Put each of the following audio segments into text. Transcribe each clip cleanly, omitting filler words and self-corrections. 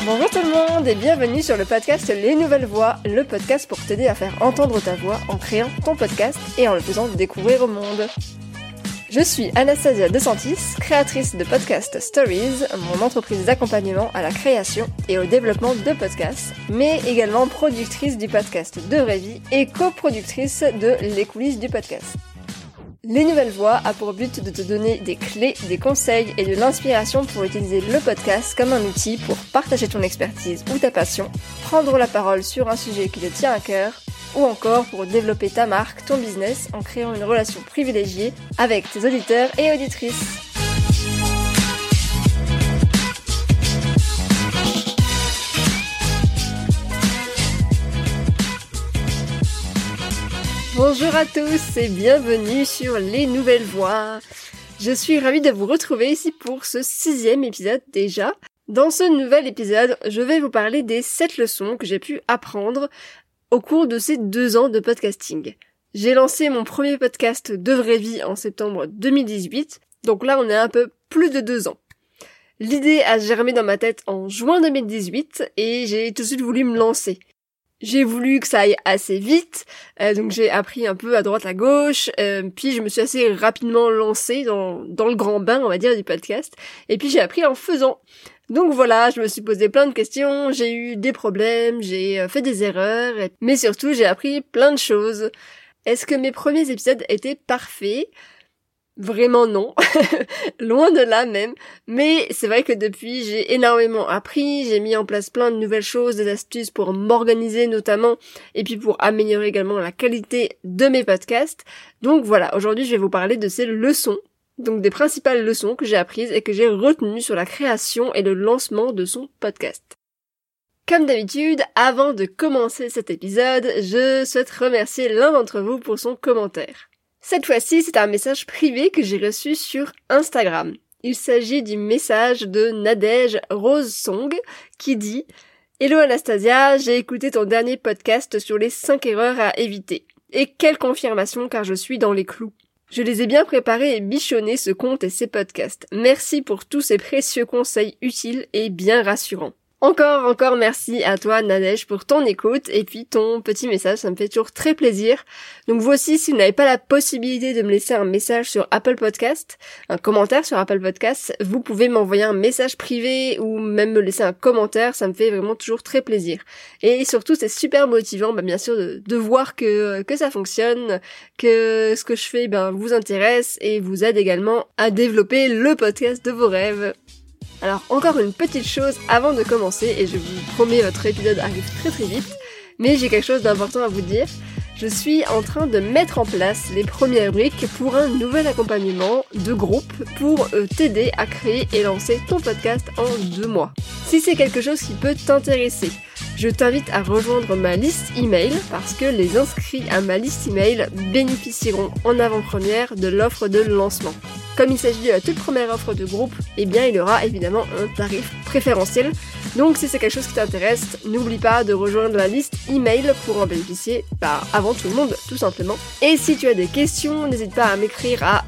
Bonjour tout le monde et bienvenue sur le podcast Les Nouvelles Voix, le podcast pour t'aider à faire entendre ta voix en créant ton podcast et en le faisant découvrir au monde. Je suis Anastasia De Santis, créatrice de Podcast Stories, mon entreprise d'accompagnement à la création et au développement de podcasts, mais également productrice du podcast De Vraie Vie et coproductrice de Les Coulisses du podcast. Les Nouvelles Voix a pour but de te donner des clés, des conseils et de l'inspiration pour utiliser le podcast comme un outil pour partager ton expertise ou ta passion, prendre la parole sur un sujet qui te tient à cœur, ou encore pour développer ta marque, ton business en créant une relation privilégiée avec tes auditeurs et auditrices. Bonjour à tous et bienvenue sur Les Nouvelles Voix. Je suis ravie de vous retrouver ici pour ce 6e épisode déjà. Dans ce nouvel épisode, je vais vous parler des 7 leçons que j'ai pu apprendre au cours de ces 2 ans de podcasting. J'ai lancé mon premier podcast De Vraie Vie en septembre 2018, donc là on est un peu plus de 2 ans. L'idée a germé dans ma tête en juin 2018 et j'ai tout de suite voulu me lancer. J'ai voulu que ça aille assez vite, donc j'ai appris un peu à droite à gauche, puis je me suis assez rapidement lancée dans le grand bain, on va dire, du podcast, et puis j'ai appris en faisant. Donc voilà, je me suis posé plein de questions, j'ai eu des problèmes, j'ai fait des erreurs, mais surtout j'ai appris plein de choses. Est-ce que mes premiers épisodes étaient parfaits ? Vraiment non, loin de là même, mais c'est vrai que depuis j'ai énormément appris, j'ai mis en place plein de nouvelles choses, des astuces pour m'organiser notamment, et puis pour améliorer également la qualité de mes podcasts. Donc voilà, aujourd'hui je vais vous parler de ces leçons, donc des principales leçons que j'ai apprises et que j'ai retenues sur la création et le lancement de son podcast. Comme d'habitude, avant de commencer cet épisode, je souhaite remercier l'un d'entre vous pour son commentaire. Cette fois-ci, c'est un message privé que j'ai reçu sur Instagram. Il s'agit du message de Nadège Rose Song qui dit « Hello Anastasia, j'ai écouté ton dernier podcast sur les 5 erreurs à éviter. Et quelle confirmation car je suis dans les clous. Je les ai bien préparés et bichonnés ce compte et ces podcasts. Merci pour tous ces précieux conseils utiles et bien rassurants. » Encore merci à toi Nadège pour ton écoute et puis ton petit message, ça me fait toujours très plaisir. Donc vous aussi, si vous n'avez pas la possibilité de me laisser un message sur Apple Podcast, un commentaire sur Apple Podcast, vous pouvez m'envoyer un message privé ou même me laisser un commentaire, ça me fait vraiment toujours très plaisir. Et surtout c'est super motivant, bien sûr, de voir que ça fonctionne, que ce que je fais vous intéresse et vous aide également à développer le podcast de vos rêves. Alors encore une petite chose avant de commencer, et je vous promets votre épisode arrive très très vite, mais j'ai quelque chose d'important à vous dire. Je suis en train de mettre en place les premières briques pour un nouvel accompagnement de groupe pour t'aider à créer et lancer ton podcast en 2 mois. Si c'est quelque chose qui peut t'intéresser, je t'invite à rejoindre ma liste email parce que les inscrits à ma liste email bénéficieront en avant-première de l'offre de lancement. Comme il s'agit de la toute première offre de groupe, il y aura évidemment un tarif préférentiel. Donc si c'est quelque chose qui t'intéresse, n'oublie pas de rejoindre la liste email pour en bénéficier avant tout le monde, tout simplement. Et si tu as des questions, n'hésite pas à m'écrire à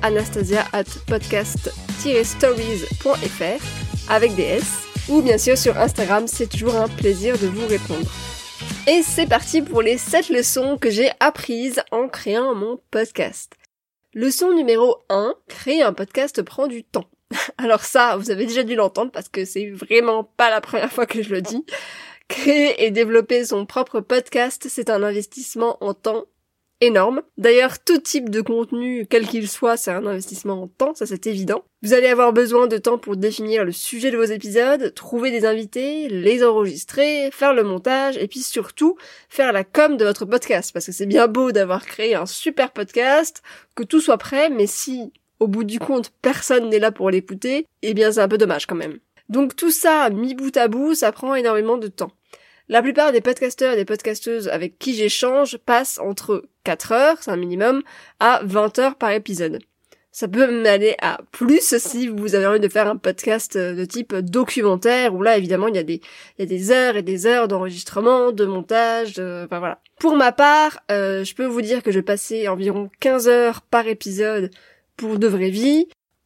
anastasia@podcast-stories.fr avec des S. Ou bien sûr sur Instagram, c'est toujours un plaisir de vous répondre. Et c'est parti pour les 7 leçons que j'ai apprises en créant mon podcast. Leçon numéro 1, créer un podcast prend du temps. Alors ça, vous avez déjà dû l'entendre parce que c'est vraiment pas la première fois que je le dis. Créer et développer son propre podcast, c'est un investissement en temps énorme. D'ailleurs, tout type de contenu, quel qu'il soit, c'est un investissement en temps, ça c'est évident. Vous allez avoir besoin de temps pour définir le sujet de vos épisodes, trouver des invités, les enregistrer, faire le montage, et puis surtout, faire la com de votre podcast. Parce que c'est bien beau d'avoir créé un super podcast, que tout soit prêt, mais si, au bout du compte, personne n'est là pour l'écouter, c'est un peu dommage quand même. Donc tout ça, mis bout à bout, ça prend énormément de temps. La plupart des podcasteurs et des podcasteuses avec qui j'échange passent entre 4 heures, c'est un minimum, à 20 heures par épisode. Ça peut même aller à plus si vous avez envie de faire un podcast de type documentaire, où là évidemment il y a des heures et des heures d'enregistrement, de montage, voilà. Pour ma part, je peux vous dire que je passais environ 15 heures par épisode pour De Vraie Vie,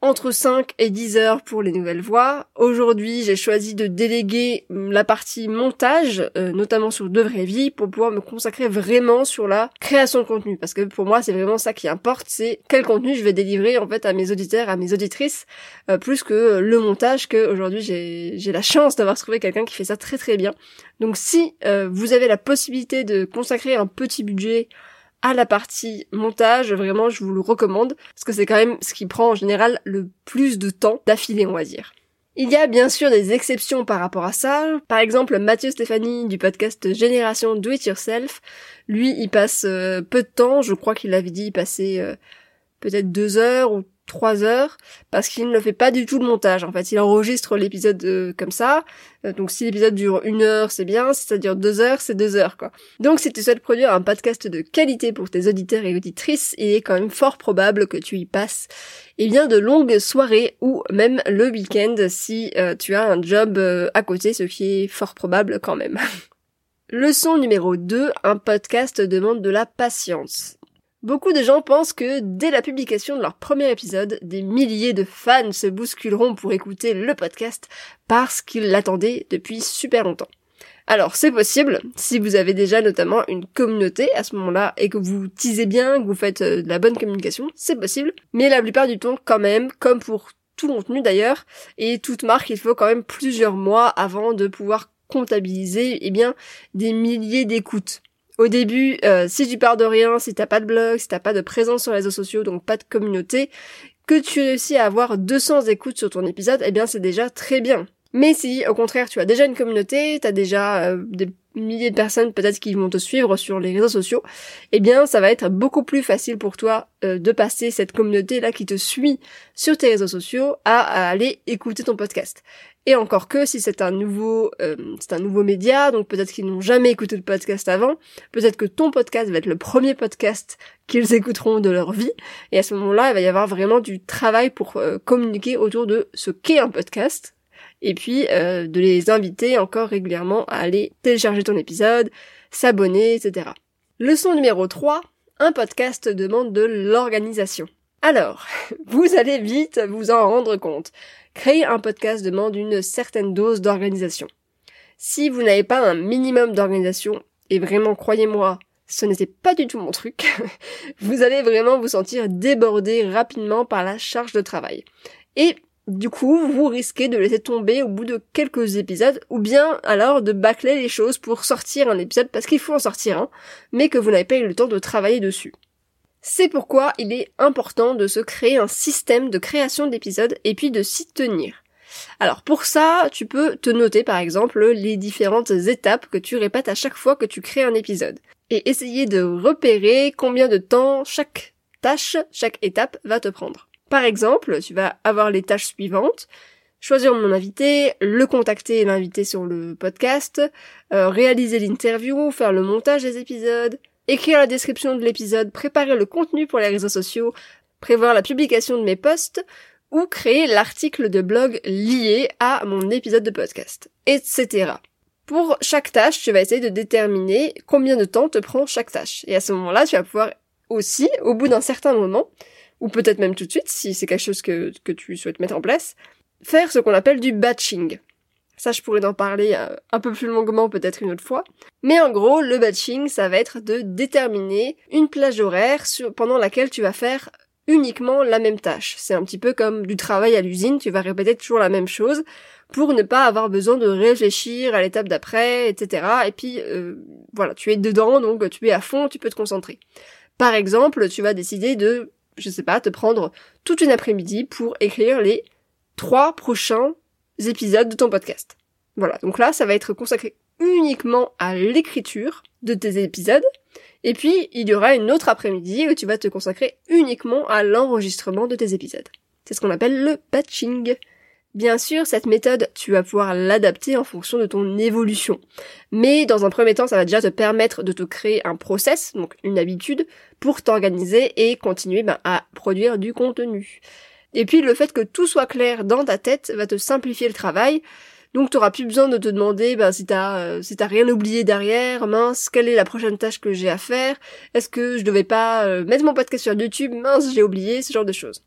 entre 5 et 10 heures pour les nouvelles voix. Aujourd'hui, j'ai choisi de déléguer la partie montage, notamment sur De Vraie Vie, pour pouvoir me consacrer vraiment sur la création de contenu. Parce que pour moi, c'est vraiment ça qui importe, c'est quel contenu je vais délivrer en fait à mes auditeurs, à mes auditrices, plus que le montage, que aujourd'hui j'ai la chance d'avoir trouvé quelqu'un qui fait ça très très bien. Donc si vous avez la possibilité de consacrer un petit budget à la partie montage, vraiment je vous le recommande, parce que c'est quand même ce qui prend en général le plus de temps d'affilée, on va dire. Il y a bien sûr des exceptions par rapport à ça. Par exemple, Mathieu Stéphanie du podcast Génération Do It Yourself, lui il passe peu de temps, je crois qu'il avait dit passer peut-être 2 heures ou 3 heures, parce qu'il ne fait pas du tout le montage. En fait, il enregistre l'épisode comme ça. Donc si l'épisode dure 1 heure, c'est bien. Si ça dure 2 heures, c'est 2 heures, quoi. Donc si tu souhaites produire un podcast de qualité pour tes auditeurs et auditrices, il est quand même fort probable que tu y passes de longues soirées ou même le week-end si tu as un job à côté, ce qui est fort probable quand même. Leçon numéro 2, un podcast demande de la patience. Beaucoup de gens pensent que dès la publication de leur premier épisode, des milliers de fans se bousculeront pour écouter le podcast parce qu'ils l'attendaient depuis super longtemps. Alors c'est possible, si vous avez déjà notamment une communauté à ce moment-là et que vous teasez bien, que vous faites de la bonne communication, c'est possible. Mais la plupart du temps quand même, comme pour tout contenu d'ailleurs, et toute marque, il faut quand même plusieurs mois avant de pouvoir comptabiliser des milliers d'écoutes. Au début, si tu pars de rien, si t'as pas de blog, si t'as pas de présence sur les réseaux sociaux, donc pas de communauté, que tu réussis à avoir 200 écoutes sur ton épisode, c'est déjà très bien. Mais si, au contraire, tu as déjà une communauté, t'as déjà des milliers de personnes peut-être qui vont te suivre sur les réseaux sociaux, ça va être beaucoup plus facile pour toi de passer cette communauté-là qui te suit sur tes réseaux sociaux à aller écouter ton podcast. Et encore que si c'est un nouveau média, donc peut-être qu'ils n'ont jamais écouté le podcast avant, peut-être que ton podcast va être le premier podcast qu'ils écouteront de leur vie, et à ce moment-là, il va y avoir vraiment du travail pour communiquer autour de ce qu'est un podcast, et puis de les inviter encore régulièrement à aller télécharger ton épisode, s'abonner, etc. Leçon numéro 3, un podcast demande de l'organisation. Alors, vous allez vite vous en rendre compte. Créer un podcast demande une certaine dose d'organisation. Si vous n'avez pas un minimum d'organisation, et vraiment croyez-moi, ce n'était pas du tout mon truc, vous allez vraiment vous sentir débordé rapidement par la charge de travail. Et du coup, vous risquez de laisser tomber au bout de quelques épisodes, ou bien alors de bâcler les choses pour sortir un épisode, parce qu'il faut en sortir un, mais que vous n'avez pas eu le temps de travailler dessus. C'est pourquoi il est important de se créer un système de création d'épisodes et puis de s'y tenir. Alors pour ça, tu peux te noter par exemple les différentes étapes que tu répètes à chaque fois que tu crées un épisode. Et essayer de repérer combien de temps chaque tâche, chaque étape va te prendre. Par exemple, tu vas avoir les tâches suivantes. Choisir mon invité, le contacter et l'inviter sur le podcast, réaliser l'interview, faire le montage des épisodes, écrire la description de l'épisode, préparer le contenu pour les réseaux sociaux, prévoir la publication de mes posts, ou créer l'article de blog lié à mon épisode de podcast, etc. Pour chaque tâche, tu vas essayer de déterminer combien de temps te prend chaque tâche. Et à ce moment-là, tu vas pouvoir aussi, au bout d'un certain moment, ou peut-être même tout de suite, si c'est quelque chose que tu souhaites mettre en place, faire ce qu'on appelle du batching. Ça, je pourrais en parler un peu plus longuement peut-être une autre fois. Mais en gros, le batching, ça va être de déterminer une plage horaire pendant laquelle tu vas faire uniquement la même tâche. C'est un petit peu comme du travail à l'usine, tu vas répéter toujours la même chose pour ne pas avoir besoin de réfléchir à l'étape d'après, etc. Et puis, voilà, tu es dedans, donc tu es à fond, tu peux te concentrer. Par exemple, tu vas décider de, te prendre toute une après-midi pour écrire les 3 prochains épisodes de ton podcast. Voilà, donc là, ça va être consacré uniquement à l'écriture de tes épisodes, et puis il y aura une autre après-midi où tu vas te consacrer uniquement à l'enregistrement de tes épisodes. C'est ce qu'on appelle le batching. Bien sûr, cette méthode, tu vas pouvoir l'adapter en fonction de ton évolution. Mais dans un premier temps, ça va déjà te permettre de te créer un process, donc une habitude, pour t'organiser et continuer à produire du contenu. Et puis le fait que tout soit clair dans ta tête va te simplifier le travail, donc t'auras plus besoin de te demander si t'as rien oublié derrière, mince, quelle est la prochaine tâche que j'ai à faire, est-ce que je devais pas mettre mon podcast sur YouTube, mince, j'ai oublié, ce genre de choses.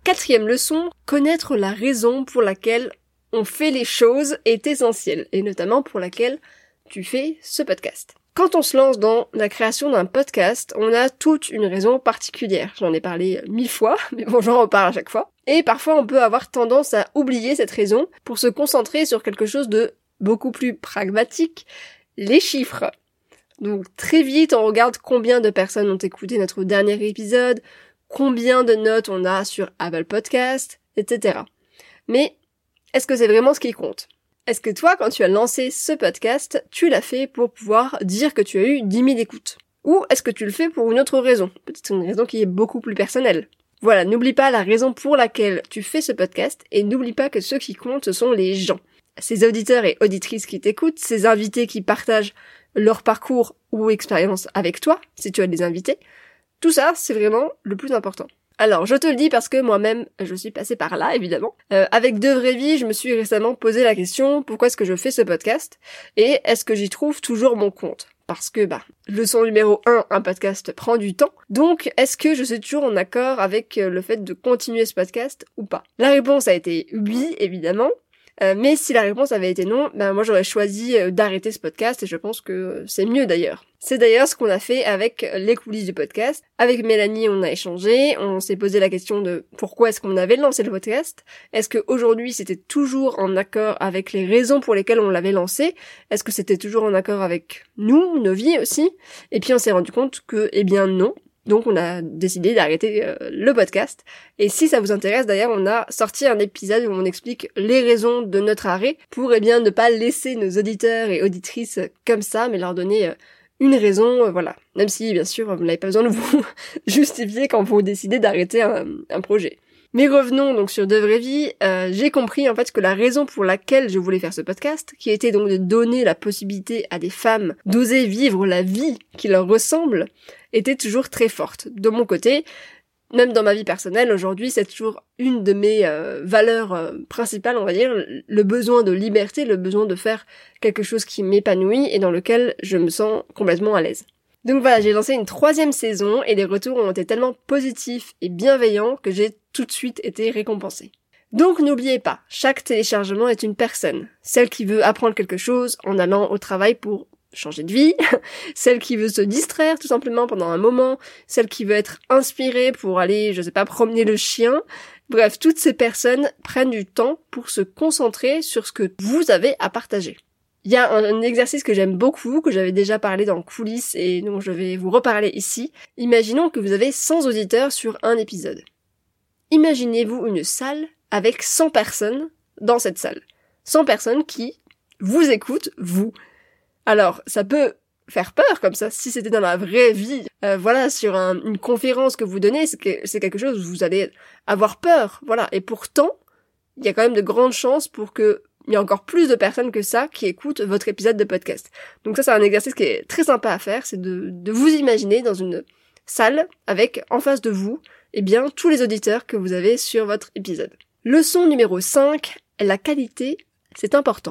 4e leçon, connaître la raison pour laquelle on fait les choses est essentiel, et notamment pour laquelle tu fais ce podcast. Quand on se lance dans la création d'un podcast, on a toute une raison particulière. J'en ai parlé 1000 fois, mais bon, j'en reparle à chaque fois. Et parfois, on peut avoir tendance à oublier cette raison pour se concentrer sur quelque chose de beaucoup plus pragmatique, les chiffres. Donc très vite, on regarde combien de personnes ont écouté notre dernier épisode, combien de notes on a sur Apple Podcast, etc. Mais est-ce que c'est vraiment ce qui compte ? Est-ce que toi, quand tu as lancé ce podcast, tu l'as fait pour pouvoir dire que tu as eu 10 000 écoutes ? Ou est-ce que tu le fais pour une autre raison ? Peut-être une raison qui est beaucoup plus personnelle. Voilà, n'oublie pas la raison pour laquelle tu fais ce podcast et n'oublie pas que ce qui compte, ce sont les gens. Ces auditeurs et auditrices qui t'écoutent, ces invités qui partagent leur parcours ou expérience avec toi, si tu as des invités. Tout ça, c'est vraiment le plus important. Alors, je te le dis parce que moi-même, je suis passée par là, évidemment. Avec De Vraies Vies, je me suis récemment posé la question, pourquoi est-ce que je fais ce podcast ? Et est-ce que j'y trouve toujours mon compte ? Parce que, leçon numéro 1, un podcast prend du temps. Donc, est-ce que je suis toujours en accord avec le fait de continuer ce podcast ou pas ? La réponse a été oui, évidemment. Mais si la réponse avait été non, moi j'aurais choisi d'arrêter ce podcast et je pense que c'est mieux d'ailleurs. C'est d'ailleurs ce qu'on a fait avec les coulisses du podcast. Avec Mélanie, on a échangé, on s'est posé la question de pourquoi est-ce qu'on avait lancé le podcast. Est-ce qu'aujourd'hui c'était toujours en accord avec les raisons pour lesquelles on l'avait lancé ? Est-ce que c'était toujours en accord avec nous, nos vies aussi ? Et puis on s'est rendu compte que, non. Donc on a décidé d'arrêter le podcast. Et si ça vous intéresse, d'ailleurs, on a sorti un épisode où on explique les raisons de notre arrêt pour ne pas laisser nos auditeurs et auditrices comme ça, mais leur donner une raison, voilà. Même si, bien sûr, vous n'avez pas besoin de vous justifier quand vous décidez d'arrêter un projet. Mais revenons donc sur De Vraies Vies, j'ai compris en fait que la raison pour laquelle je voulais faire ce podcast, qui était donc de donner la possibilité à des femmes d'oser vivre la vie qui leur ressemble, était toujours très forte. De mon côté, même dans ma vie personnelle, aujourd'hui, c'est toujours une de mes valeurs principales, on va dire, le besoin de liberté, le besoin de faire quelque chose qui m'épanouit et dans lequel je me sens complètement à l'aise. Donc voilà, j'ai lancé une 3e saison et les retours ont été tellement positifs et bienveillants que j'ai tout de suite été récompensée. Donc n'oubliez pas, chaque téléchargement est une personne. Celle qui veut apprendre quelque chose en allant au travail pour changer de vie, celle qui veut se distraire tout simplement pendant un moment, celle qui veut être inspirée pour aller, promener le chien. Bref, toutes ces personnes prennent du temps pour se concentrer sur ce que vous avez à partager. Il y a un exercice que j'aime beaucoup, que j'avais déjà parlé dans Coulisses et dont je vais vous reparler ici. Imaginons que vous avez 100 auditeurs sur un épisode. Imaginez-vous une salle avec 100 personnes dans cette salle. 100 personnes qui vous écoutent, vous. Alors, ça peut faire peur comme ça, si c'était dans la vraie vie. Sur une conférence que vous donnez, c'est quelque chose où vous allez avoir peur, voilà. Et pourtant, il y a quand même de grandes chances pour que il y a encore plus de personnes que ça qui écoutent votre épisode de podcast. Donc ça, c'est un exercice qui est très sympa à faire, c'est de vous imaginer dans une salle avec, en face de vous, tous les auditeurs que vous avez sur votre épisode. Leçon numéro 5, la qualité, c'est important.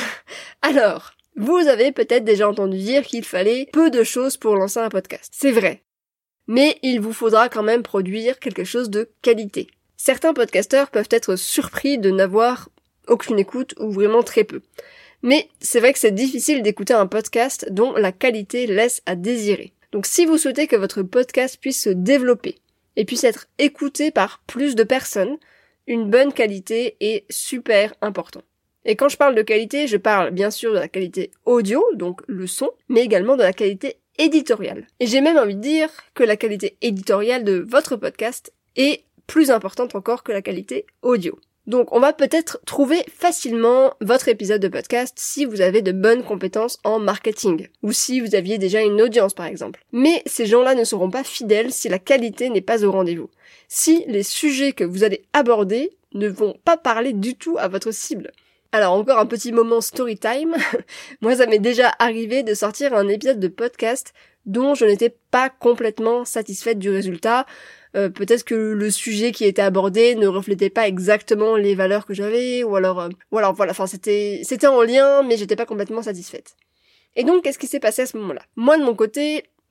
Alors, vous avez peut-être déjà entendu dire qu'il fallait peu de choses pour lancer un podcast. C'est vrai. Mais il vous faudra quand même produire quelque chose de qualité. Certains podcasteurs peuvent être surpris de n'avoir aucune écoute ou vraiment très peu. Mais c'est vrai que c'est difficile d'écouter un podcast dont la qualité laisse à désirer. Donc si vous souhaitez que votre podcast puisse se développer et puisse être écouté par plus de personnes, une bonne qualité est super important. Et quand je parle de qualité, je parle bien sûr de la qualité audio, donc le son, mais également de la qualité éditoriale. Et j'ai même envie de dire que la qualité éditoriale de votre podcast est plus importante encore que la qualité audio. Donc on va peut-être trouver facilement votre épisode de podcast si vous avez de bonnes compétences en marketing, ou si vous aviez déjà une audience par exemple. Mais ces gens-là ne seront pas fidèles si la qualité n'est pas au rendez-vous. Si les sujets que vous allez aborder ne vont pas parler du tout à votre cible. Alors encore un petit moment story time. Moi ça m'est déjà arrivé de sortir un épisode de podcast dont je n'étais pas complètement satisfaite du résultat. Peut-être que le sujet qui était abordé ne reflétait pas exactement les valeurs que j'avais, ou alors voilà, enfin c'était en lien, mais j'étais pas complètement satisfaite. Et donc qu'est-ce qui s'est passé à ce moment-là ? Moi de mon côté,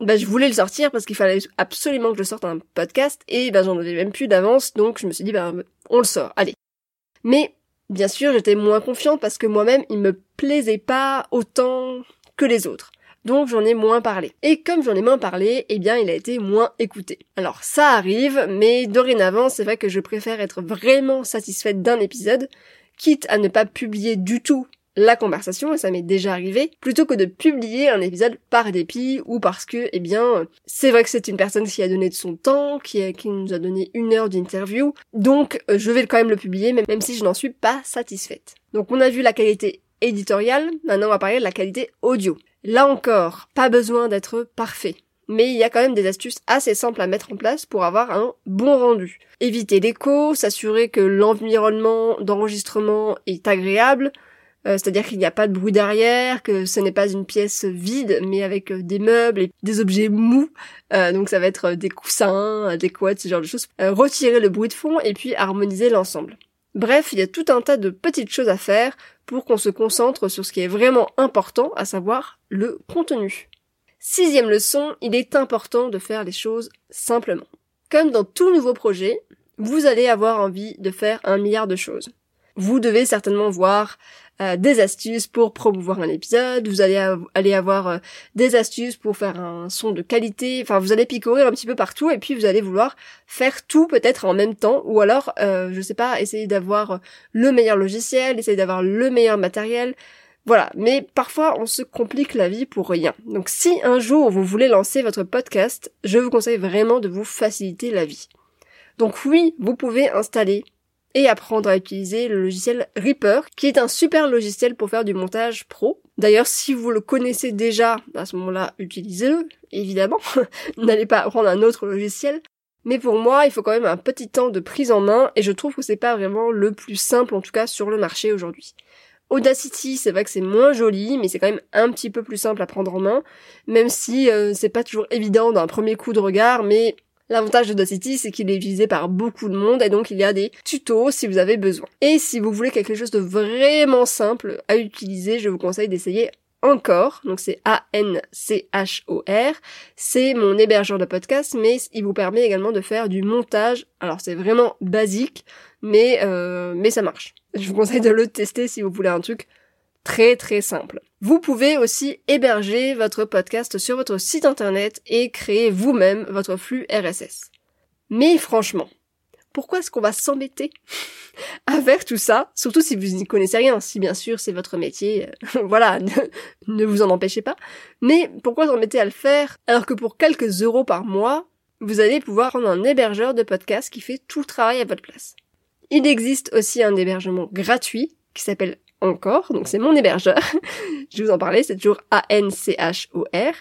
je voulais le sortir parce qu'il fallait absolument que je sorte un podcast et j'en avais même plus d'avance, donc je me suis dit on le sort, allez. Mais bien sûr, j'étais moins confiante parce que moi-même, il me plaisait pas autant que les autres. Donc j'en ai moins parlé. Et comme j'en ai moins parlé, il a été moins écouté. Alors ça arrive, mais dorénavant, c'est vrai que je préfère être vraiment satisfaite d'un épisode, quitte à ne pas publier du tout la conversation, et ça m'est déjà arrivé, plutôt que de publier un épisode par dépit ou parce que, c'est vrai que c'est une personne qui a donné de son temps, qui nous a donné 1 heure d'interview, donc je vais quand même le publier, même si je n'en suis pas satisfaite. Donc on a vu la qualité éditoriale, maintenant on va parler de la qualité audio. Là encore, pas besoin d'être parfait. Mais il y a quand même des astuces assez simples à mettre en place pour avoir un bon rendu. Éviter l'écho, s'assurer que l'environnement d'enregistrement est agréable, c'est-à-dire qu'il n'y a pas de bruit derrière, que ce n'est pas une pièce vide, mais avec des meubles et des objets mous, donc ça va être des coussins, des couettes, ce genre de choses. Retirer le bruit de fond et puis harmoniser l'ensemble. Bref, il y a tout un tas de petites choses à faire pour qu'on se concentre sur ce qui est vraiment important, à savoir le contenu. 6e leçon, il est important de faire les choses simplement. Comme dans tout nouveau projet, vous allez avoir envie de faire 1 milliard de choses. Vous devez certainement voir des astuces pour promouvoir un épisode, vous allez avoir des astuces pour faire un son de qualité, enfin vous allez picorer un petit peu partout et puis vous allez vouloir faire tout peut-être en même temps ou alors, essayer d'avoir le meilleur logiciel, essayer d'avoir le meilleur matériel, voilà. Mais parfois on se complique la vie pour rien. Donc si un jour vous voulez lancer votre podcast, je vous conseille vraiment de vous faciliter la vie. Donc oui, vous pouvez installer et apprendre à utiliser le logiciel Reaper, qui est un super logiciel pour faire du montage pro. D'ailleurs, si vous le connaissez déjà, à ce moment-là, utilisez-le, évidemment. N'allez pas apprendre un autre logiciel. Mais pour moi, il faut quand même un petit temps de prise en main, et je trouve que c'est pas vraiment le plus simple, en tout cas, sur le marché aujourd'hui. Audacity, c'est vrai que c'est moins joli, mais c'est quand même un petit peu plus simple à prendre en main, même si c'est pas toujours évident d'un premier coup de regard, mais l'avantage d'Audacity, c'est qu'il est utilisé par beaucoup de monde et donc il y a des tutos si vous avez besoin. Et si vous voulez quelque chose de vraiment simple à utiliser, je vous conseille d'essayer Anchor, donc c'est A-N-C-H-O-R, c'est mon hébergeur de podcast, mais il vous permet également de faire du montage. Alors c'est vraiment basique, mais ça marche. Je vous conseille de le tester si vous voulez un truc très très simple. Vous pouvez aussi héberger votre podcast sur votre site internet et créer vous-même votre flux RSS. Mais franchement, pourquoi est-ce qu'on va s'embêter à faire tout ça, surtout si vous n'y connaissez rien, si bien sûr c'est votre métier, voilà, ne vous en empêchez pas, mais pourquoi s'embêter à le faire alors que pour quelques euros par mois, vous allez pouvoir prendre un hébergeur de podcast qui fait tout le travail à votre place. Il existe aussi un hébergement gratuit qui s'appelle Anchor, donc c'est mon hébergeur, je vais vous en parler, c'est toujours A-N-C-H-O-R.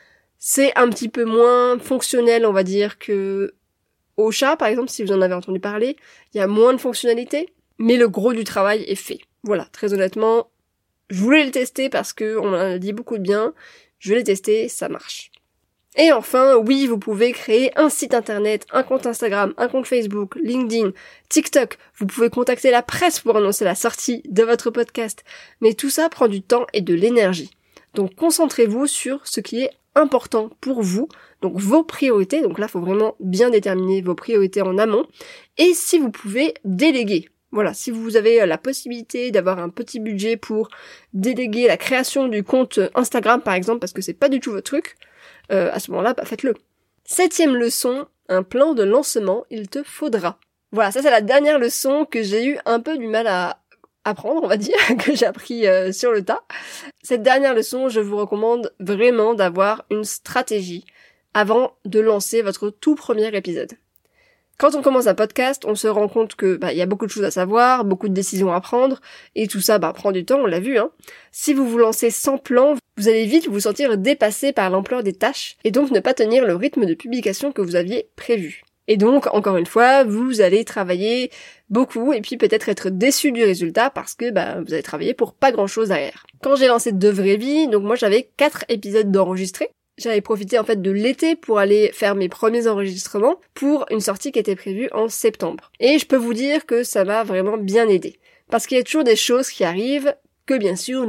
C'est un petit peu moins fonctionnel, on va dire, que Ocha, par exemple, si vous en avez entendu parler, il y a moins de fonctionnalités, mais le gros du travail est fait. Voilà, très honnêtement, je voulais le tester parce que on a dit beaucoup de bien, je l'ai testé, ça marche. Et enfin, oui, vous pouvez créer un site internet, un compte Instagram, un compte Facebook, LinkedIn, TikTok. Vous pouvez contacter la presse pour annoncer la sortie de votre podcast. Mais tout ça prend du temps et de l'énergie. Donc concentrez-vous sur ce qui est important pour vous, donc vos priorités. Donc là, il faut vraiment bien déterminer vos priorités en amont. Et si vous pouvez, déléguer. Voilà, si vous avez la possibilité d'avoir un petit budget pour déléguer la création du compte Instagram, par exemple, parce que c'est pas du tout votre truc, à ce moment-là, faites-le. 7e leçon, un plan de lancement, il te faudra. Voilà, ça c'est la dernière leçon que j'ai eu un peu du mal à apprendre, on va dire, que j'ai appris sur le tas. Cette dernière leçon, je vous recommande vraiment d'avoir une stratégie avant de lancer votre tout premier épisode. Quand on commence un podcast, on se rend compte que il y a beaucoup de choses à savoir, beaucoup de décisions à prendre, et tout ça prend du temps, on l'a vu. Si vous vous lancez sans plan, vous allez vite vous sentir dépassé par l'ampleur des tâches, et donc ne pas tenir le rythme de publication que vous aviez prévu. Et donc, encore une fois, vous allez travailler beaucoup, et puis peut-être être déçu du résultat, parce que vous avez travaillé pour pas grand-chose derrière. Quand j'ai lancé De Vraie Vie, donc moi j'avais 4 épisodes d'enregistrés. J'avais profité en fait de l'été pour aller faire mes premiers enregistrements pour une sortie qui était prévue en septembre. Et je peux vous dire que ça m'a vraiment bien aidé. Parce qu'il y a toujours des choses qui arrivent que bien sûr nous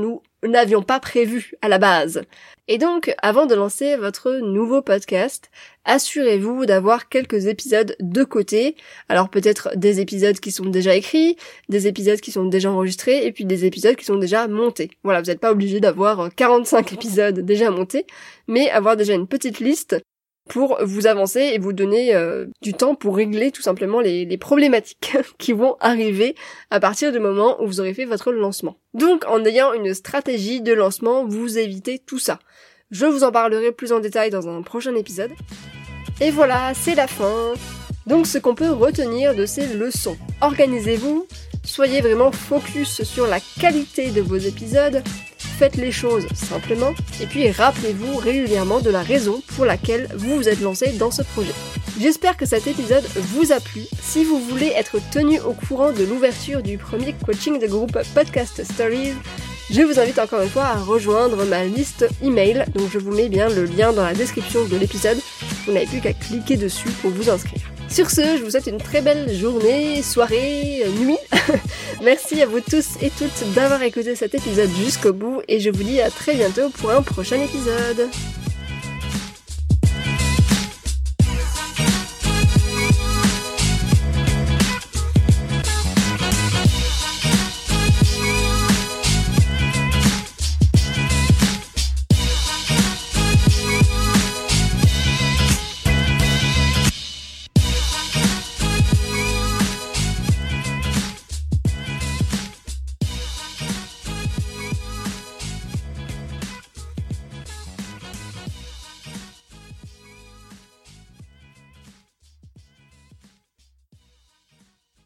n'avions pas prévu à la base. Et donc, avant de lancer votre nouveau podcast, assurez-vous d'avoir quelques épisodes de côté. Alors peut-être des épisodes qui sont déjà écrits, des épisodes qui sont déjà enregistrés, et puis des épisodes qui sont déjà montés. Voilà, vous n'êtes pas obligé d'avoir 45 épisodes déjà montés, mais avoir déjà une petite liste pour vous avancer et vous donner du temps pour régler tout simplement les problématiques qui vont arriver à partir du moment où vous aurez fait votre lancement. Donc en ayant une stratégie de lancement, vous évitez tout ça. Je vous en parlerai plus en détail dans un prochain épisode. Et voilà, c'est la fin. Donc ce qu'on peut retenir de ces leçons. Organisez-vous, soyez vraiment focus sur la qualité de vos épisodes, faites les choses simplement, et puis rappelez-vous régulièrement de la raison pour laquelle vous vous êtes lancé dans ce projet. J'espère que cet épisode vous a plu. Si vous voulez être tenu au courant de l'ouverture du premier coaching de groupe Podcast Stories, je vous invite encore une fois à rejoindre ma liste email, donc je vous mets bien le lien dans la description de l'épisode. Vous n'avez plus qu'à cliquer dessus pour vous inscrire. Sur ce, je vous souhaite une très belle journée, soirée, nuit. Merci à vous tous et toutes d'avoir écouté cet épisode jusqu'au bout et je vous dis à très bientôt pour un prochain épisode.